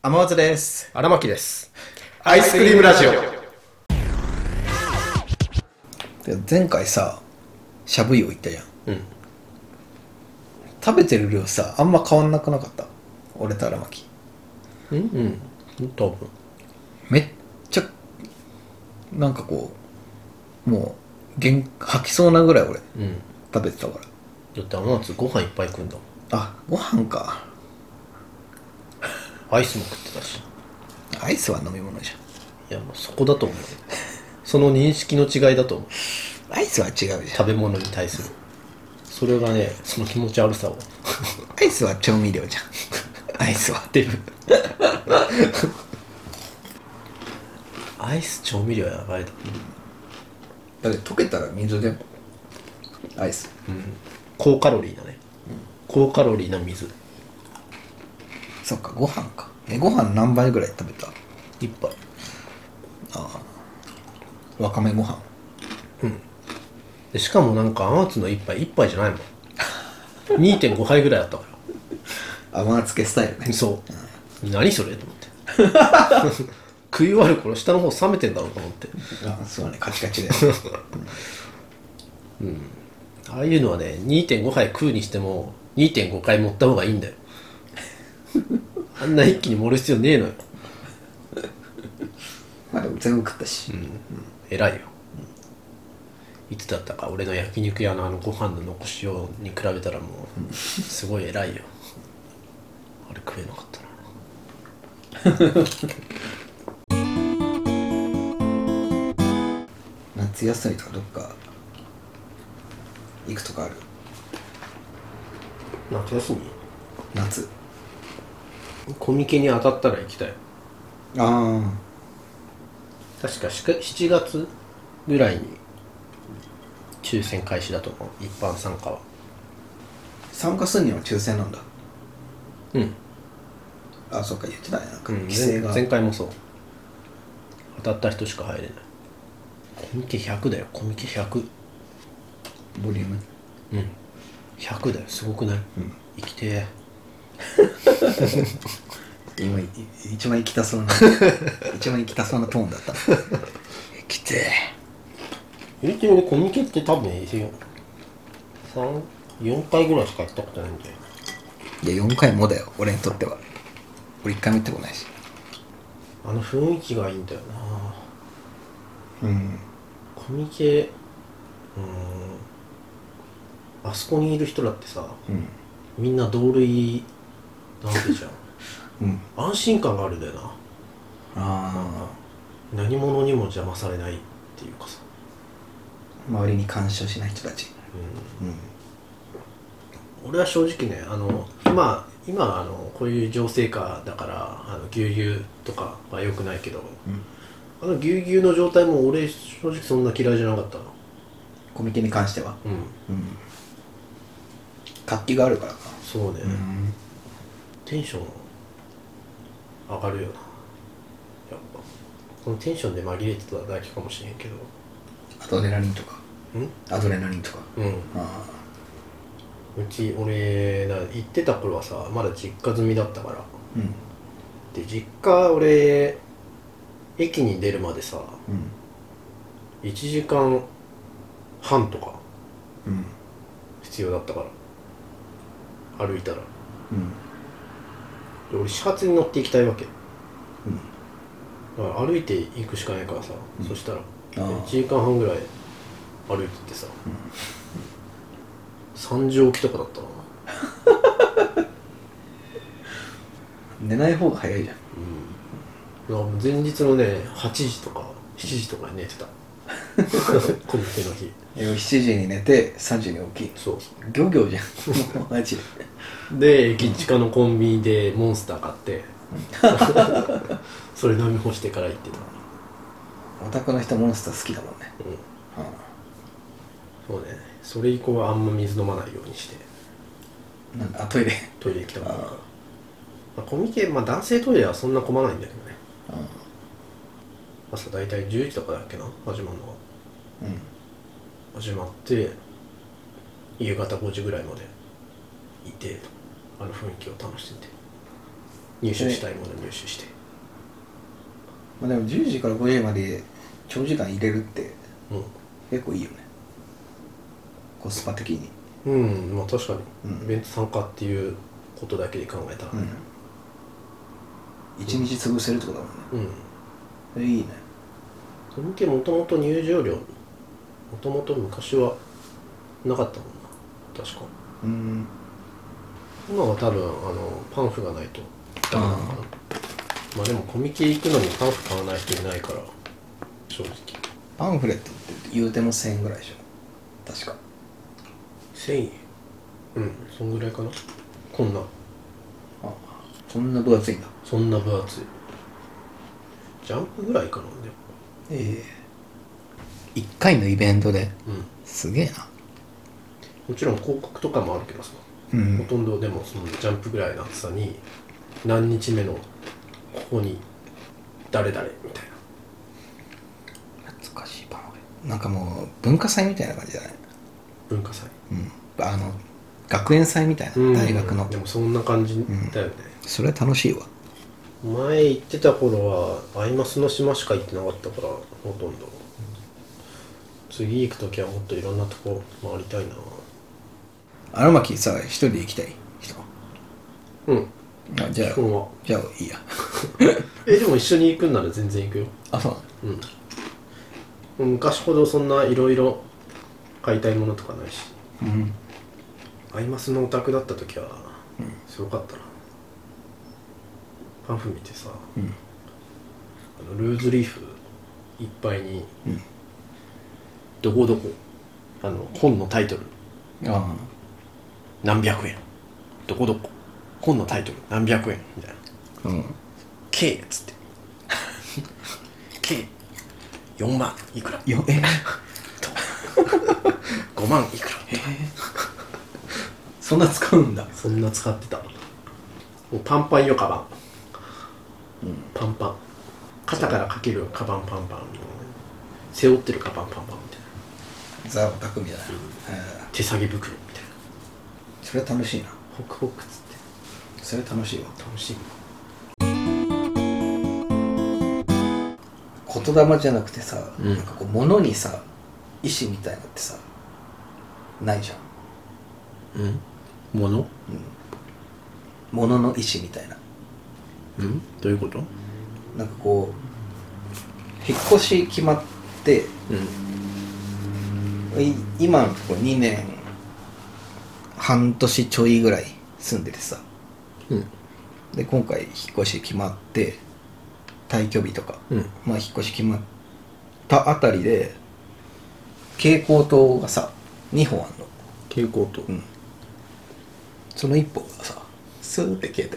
天松です。 荒牧です。 アイスクリームラジオ。前回さ、しゃぶ葉行ったじゃん。 うん。 食べてる量さ、あんま変わんなくなかった？俺と荒牧。 うん。多分。 めっちゃ、なんかこう、もう、吐きそうなぐらい俺、 うん。 食べてたから。 だって天松ご飯いっぱい食うんだもん。 あ、ご飯か。 アイスも食ってたし。 アイスは飲み物じいや、もうそこだと思うよ。その認識の違いだと思う。 ゃん。アイスは違うじゃん。 食べ物に対する。それがね、その気持ち悪さを。 アイスは調味料じゃん。アイスは。 出る。アイス調味料やばいだ。 だって溶けたら水でも。アイス。 高カロリーだね。高カロリーな水。 そっか、ご飯か。ご飯何杯ぐらい食べた？ 一杯。 わかめご飯。 でしかもなんか天松の一杯じゃないもん。2.5 杯ぐらいあったか甘漬けスタイルね。 ら。そう。何それと思って。食い終わる頃下の方冷めてんだろうと思って。 あ、そうね、カチカチで。 ああいうのはね、 2.5 杯食うにしても 2.5 回盛った方がいいんだよ。あんな一気に盛る必要ねえのよ。 まあでも全部食ったし。 偉いよ。いつだったか俺の焼肉屋のご飯の残しように比べたらもうすごい偉いよ。あれ食えなかったな。 夏休みとかどっか行くとかある？ 夏休み夏。 コミケに当たったら行きたい。 あ確か7月ぐらいに抽選開始だと思う。一般参加は。 参加するには抽選なんだ。 うん。 あ、そっか、言ってたね。なんか規制が。 前回もそう。当たった人しか入れない。コミケ100だよ。コミケ100。 ボリューム。 100だよ。すごくない？生きて今一番行きたそうな一番行きたそうなトーンだった。来て言うて俺コミケって多分4回ぐらいしか行ったことないんだよ。 いや4回もだよ、俺にとっては。俺1回も行ったことないし。 あの雰囲気がいいんだよな。コミケあそこにいる人だってさ、みんな同類なわけじゃん。安心感があるんだよな。何者にも邪魔されないっていうかさ、 周りに干渉しない人たち。 俺は正直ね、今こういう情勢下だからぎゅうぎゅうとかは良くないけど、ぎゅうぎゅうの状態も俺正直そんな嫌いじゃなかったの。 コミケに関しては。活気があるからか。 そうね、テンション上がるよな。やっぱこのテンションで紛れてただけかもしれんけど。 アドレナリンとか。アドレナリンとか。 俺行ってた頃はさ、まだ実家住みだったから、で実家俺駅に出るまでさ、1時間半とか必要だったから、歩いたら、で俺始発に乗って行きたいわけ、だから歩いて行くしかないからさ、そしたら1時間半ぐらい歩いてってさ、3時起きとかだったな。 寝ない方が早いじゃん。 前日のね8時とか7時とかに寝てた。コミケの日 7時に寝て3時に起き。 そう漁業じゃん。マジで駅近のコンビニでモンスター買ってそれ飲み干してから行ってた。 オタクの人モンスター好きだもんね。 そうね。それ以降はあんま水飲まないようにして。 なんかトイレ行きたから、コミケ、男性トイレはそんな混まないんだけどね。朝だいたい10時とかだっけな、始まるのは。始まって夕方5時ぐらいまでいて、あの雰囲気を楽しんで。 入手したいもの入手して、 まあ、でも10時から5時まで長時間入れるってうん結構いいよね、コスパ的に。 うんまあ確かに、 うんイベント参加っていうことだけで考えたらね、 1日潰せるってことだもんね。いいね。 その系もともと入場料もともと昔はなかったもんな確か。今は多分パンフがないとダメなのかな。まあでもコミケ行くのにパンフ買わない人いないから正直。 パンフレットって言うても1000円ぐらいでしょ確か。 1000円、うんそんぐらいかな。こんなそんな分厚いんだ。 そんな分厚い。ジャンプぐらいかな。でも 1回のイベントで、 うんすげえな。 もちろん広告とかもあるけどさ、 うんほとんどでもそのジャンプぐらいの厚さに何日目のここに誰々みたいな。 懐かしいパンフレット。なんかもう文化祭みたいな感じじゃない？ 文化祭、 学園祭みたいな、大学の。 でもそんな感じだよね、 それは楽しいわ。 前行ってた頃はアイマスの島しか行ってなかったからほとんど、次行くときはもっといろんなとこ回りたいな。 荒牧さ、一人で行きたい人？ うんじゃあ基本は。 じゃあいいや。 でも一緒に行くんなら全然行くよ。 そううん昔ほどそんないろいろ買いたいものとかないし、アイマスのオタクだった時はすごかったな、パンフ見てさ、ルーズリーフいっぱいに、どこどこ本のタイトル何百円、どこどこ本のタイトル何百円みたいな、K っつって K4 万いくら5万いくら、 そんな使うんだ。 そんな使ってた。もうパンパンよカバン、パンパン、肩からかけるカバンパンパン、背負ってるカバンパンパンみたいな、 ザ・オタクみたいな、 手提げ袋みたいな、 それ楽しいな。 ホクホクっつって。 それ楽しいわ。 楽しい。 言霊じゃなくてさ、なんかこう物にさ意志みたいなのってさないじゃん。 物の意志みたいな。 どういうこと？ なんかこう引っ越し決まって、今のところ2年半年ちょいぐらい住んでてさ、で今回引っ越し決まって退去日とか、まあ引っ越し決まったあたりで蛍光灯がさ2本あんの。 蛍光灯、 その1本がさスーって消えて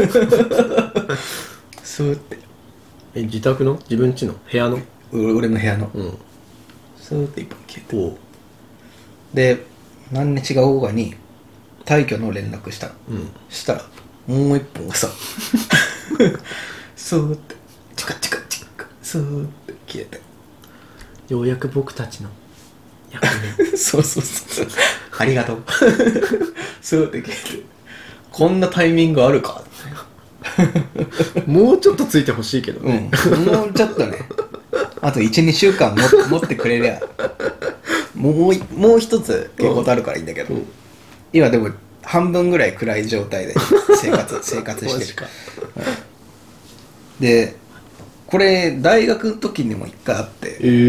スーって、 自宅の自分家の部屋の俺の部屋の、スーって1本消えて、で何日か後に退去の連絡したの、したらもう1本がさスーってチカチカチカスーって消えて、 ようやく僕たちの役目そうありがとうスーって消えて、こんなタイミングあるかもうちょっとついてほしいけどね、 もうちょっとね、あと 1,2 週間持ってくれりゃもう一つ蛍光灯あるからいいんだけど、今でも半分ぐらい暗い状態で生活してるで、これ大学の時にも一回あって、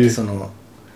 その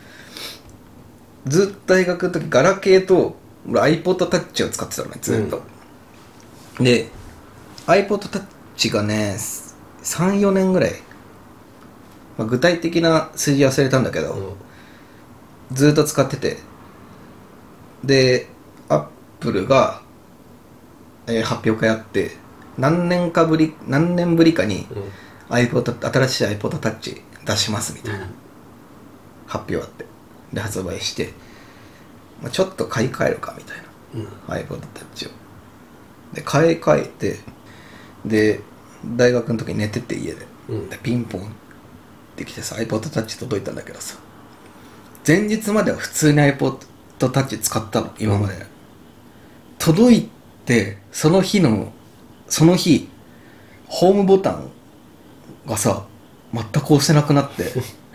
ずっと大学の時ガラケーと俺 iPod Touch を使ってたのね、ずっと、で iPod Touch がね 3,4 年ぐらい、具体的な数字忘れたんだけど、ずっと使ってて、でアップルが、発表会あって何年ぶりかに、新しい iPod Touch 出しますみたいな、発表あって、で発売して、ちょっと買い替えるかみたいな、iPod Touch をで買い替えて、で大学の時に寝てて家で、でピンポンってきてさ iPod Touch 届いたんだけどさ、前日までは普通に iPod Touch 使ったの今まで、届いてその日ホームボタンがさ全く押せなくなって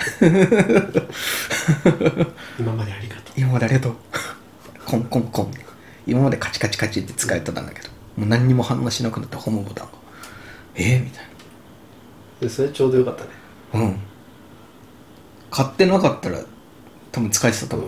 今までありがとう。 今までありがとうコンコンコン。今までカチカチカチって使えてたんだけど、もう何にも反応しなくなってホームボタンがみたいでそれちょうどよかったね。 な。買ってなかったら多分使えてたと思う、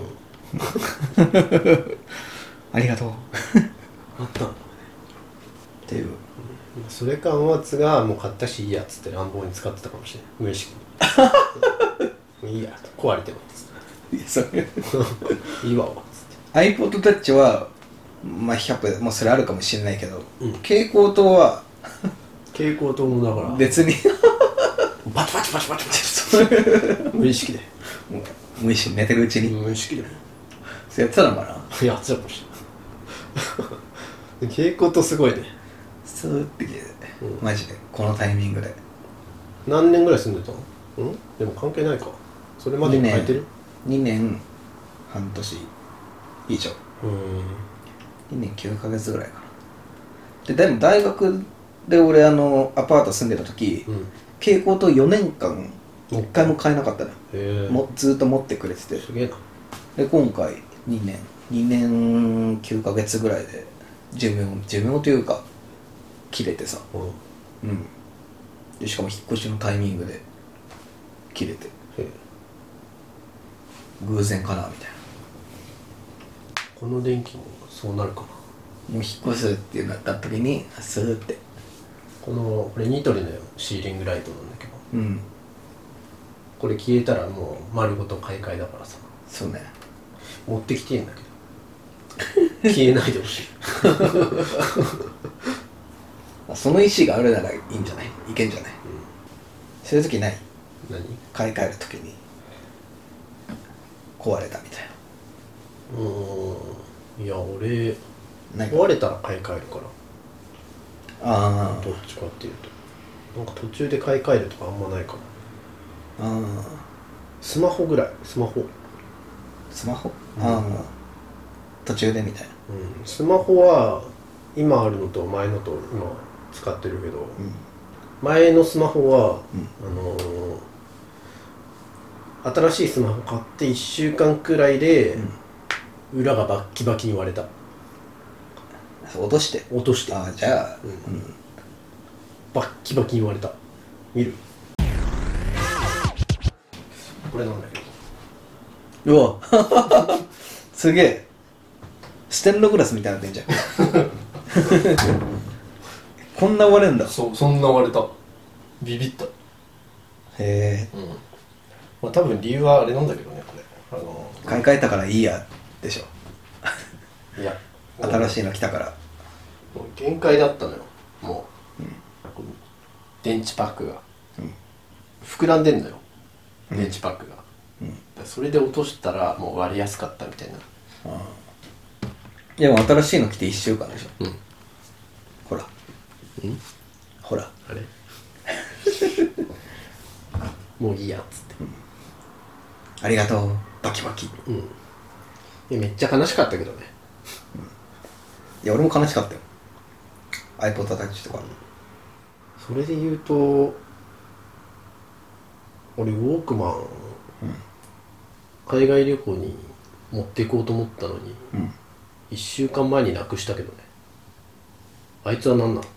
ありがとうあったんだねっていう。 それか松がもう買ったしいいやっつって乱暴に使ってたかもしれない、無意識にいいや壊れてもっつっていやそれいいわっつって iPod Touch はまあ100もうそれあるかもしれないけど、 うん蛍光灯は蛍光灯もだから別にバチバチバチバチバチ無意識でもう無意識に寝てるうちに無意識でそれやってたのかな。 やってたかもしれない蛍光灯すごいね。 スーって消えて、マジでこのタイミングで何年ぐらい住んでたの？でも関係ないか。それまでに変えてる ？2年半年以上。 うん 2年9ヶ月ぐらいかな。でも大学で俺アパート住んでた時、蛍光灯4年間1回も買えなかったのよ。ずっと持ってくれてて、 すげえな。 で今回2年9ヶ月ぐらいで寿命というか切れてさ、でしかも引っ越しのタイミングで切れて、偶然かなみたいな。 この電気もそうなるかな。 もう引っ越すっていうなった時にスーってこれニトリのシーリングライトなんだけど、 うんこれ消えたらもう丸ごと買い替えだからさ、 そうね、 持ってきてんだけど消えないでほしいその意思があるならいいんじゃない、いけんじゃない、そういう時ない？ 何？ 買い替える時に壊れたみたいいや俺な。 壊れたら買い替えるから、 あどっちかっていうとなんか途中で買い替えるとかあんまないかな。スマホぐらい。スマホ、 途中でみたいな。 スマホは今あるのと前のと今使ってるけど、前のスマホは、新しいスマホ買って1週間くらいで、裏がバッキバキに割れた。 落として。じゃあ、 バッキバキに割れた。見る？これなんだけど。 うわすげえステンドグラスみたいになってんじゃんこんな割れんだ。 そんな割れた。ビビった。 へえ、 まあ多分理由はあれなんだけどね、これ買い替えたからいいやでしょいや新しいの来たから。 もう限界だったのよ。もう、電池パックが、膨らんでんのよ、電池パックが、それで落としたらもう割りやすかったみたいな。 でも新しいの来て1週間でしょ。ほらほらあれもういいやっつって、 ありがとうバキバキ。 めっちゃ悲しかったけどね。 いや俺も悲しかったよ iPod Touch とか。 それで言うと俺ウォークマン、海外旅行に持っていこうと思ったのに、1週間前になくしたけどね。あいつは何なの？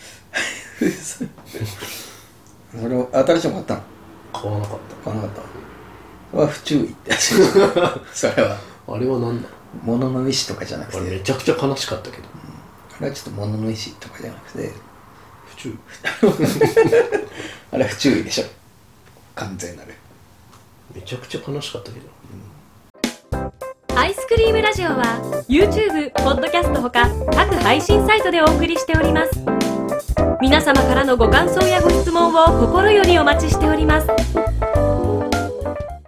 それを新しいの買ったの？ 買わなかった。 買わなかった。それは不注意ってやつそれはあれは何なの？ 物の意思とかじゃなくて、 あれめちゃくちゃ悲しかったけど、 あれはちょっと物の意思とかじゃなくて不注意あれは不注意でしょ、完全なる。 めちゃくちゃ悲しかったけど、 アイスクリームラジオは YouTube、ポッドキャストほか各配信サイトでお送りしております。皆様からのご感想やご質問を心よりお待ちしております。